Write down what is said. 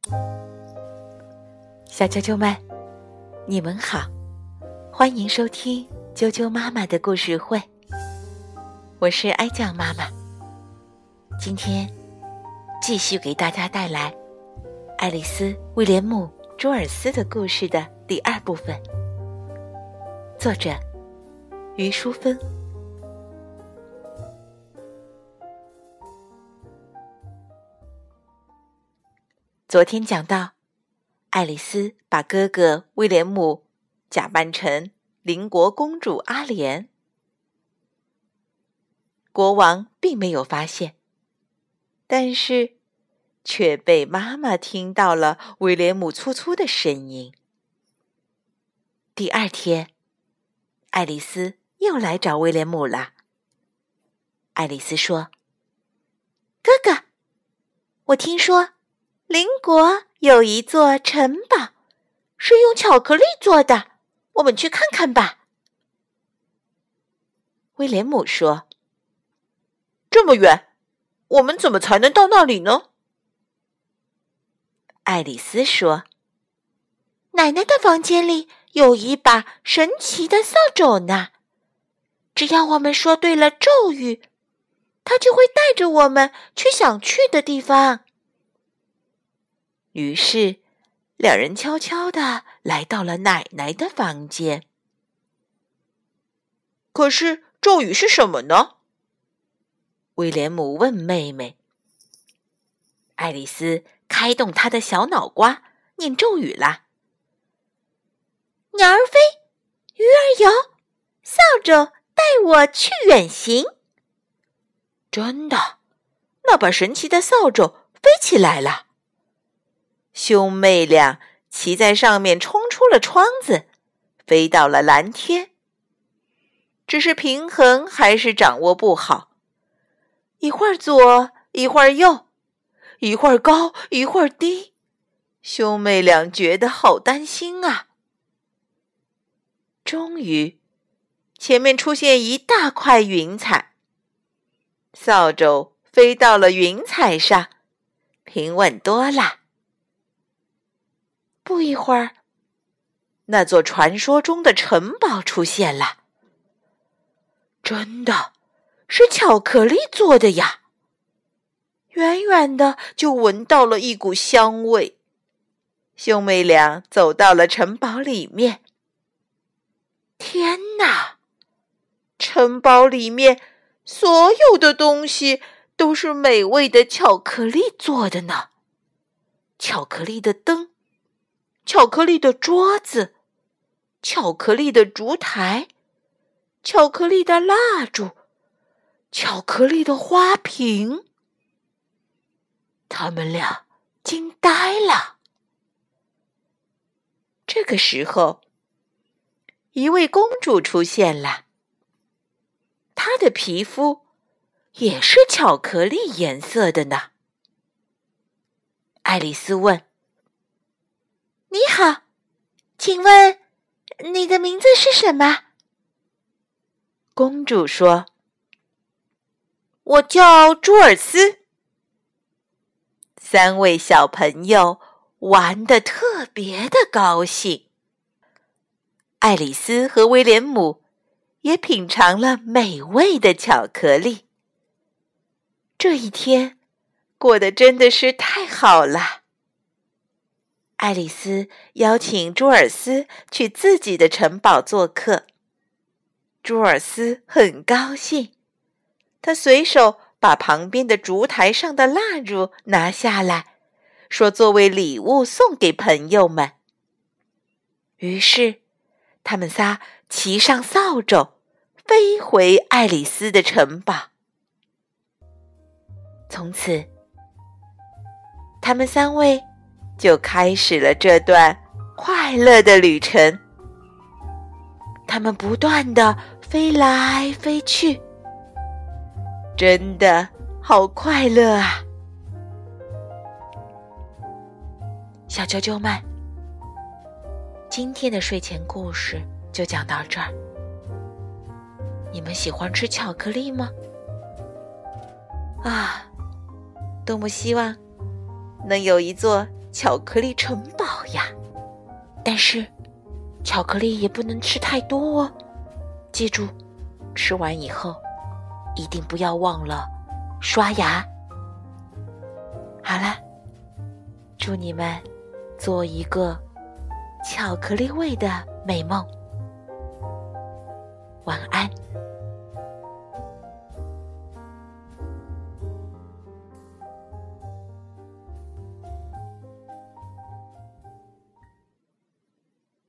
小啾啾们，你们好，欢迎收听啾啾妈妈的故事会。我是哀酱妈妈，今天继续给大家带来爱丽丝·威廉姆·朱尔斯的故事的第二部分，作者于淑芬。昨天讲到，爱丽丝把哥哥威廉姆假扮成邻国公主阿莲，国王并没有发现，但是却被妈妈听到了威廉姆粗粗的声音。第二天，爱丽丝又来找威廉姆了。爱丽丝说：“哥哥，我听说邻国有一座城堡，是用巧克力做的，我们去看看吧。”威廉姆说：“ 这么远，我们怎么才能到那里呢？” 爱丽丝说：“奶奶的房间里有一把神奇的扫帚呢，只要我们说对了咒语，它就会带着我们去想去的地方。”于是，两人悄悄地来到了奶奶的房间。 可是咒语是什么呢？ 威廉姆问妹妹。爱丽丝开动她的小脑瓜，念咒语啦：“鸟儿飞，鱼儿游，扫帚带我去远行。”真的，那把神奇的扫帚飞起来了。兄妹俩骑在上面冲出了窗子，飞到了蓝天。只是平衡还是掌握不好，一会儿左，一会儿右，一会儿高，一会儿低，兄妹俩觉得好担心啊。终于，前面出现一大块云彩，扫帚飞到了云彩上，平稳多了。不一会儿，那座传说中的城堡出现了。真的，是巧克力做的呀！远远的就闻到了一股香味。兄妹俩走到了城堡里面。天哪！城堡里面所有的东西都是美味的巧克力做的呢。巧克力的灯，巧克力的桌子，巧克力的烛台，巧克力的蜡烛，巧克力的花瓶。他们俩惊呆了。这个时候，一位公主出现了，她的皮肤也是巧克力颜色的呢。爱丽丝问：“你好，请问你的名字是什么？”公主说：“我叫朱尔斯。”三位小朋友玩得特别的高兴。爱丽丝和威廉姆也品尝了美味的巧克力。这一天过得真的是太好了。爱丽丝邀请朱尔斯去自己的城堡做客。朱尔斯很高兴，他随手把旁边的烛台上的蜡烛拿下来，说作为礼物送给朋友们。于是，他们仨骑上扫帚，飞回爱丽丝的城堡。从此，他们三位就开始了这段快乐的旅程。他们不断地飞来飞去，真的好快乐啊！小啾啾们，今天的睡前故事就讲到这儿。你们喜欢吃巧克力吗？啊，多么希望能有一座巧克力城堡呀。但是巧克力也不能吃太多哦，记住，吃完以后一定不要忘了刷牙。好了，祝你们做一个巧克力味的美梦，晚安。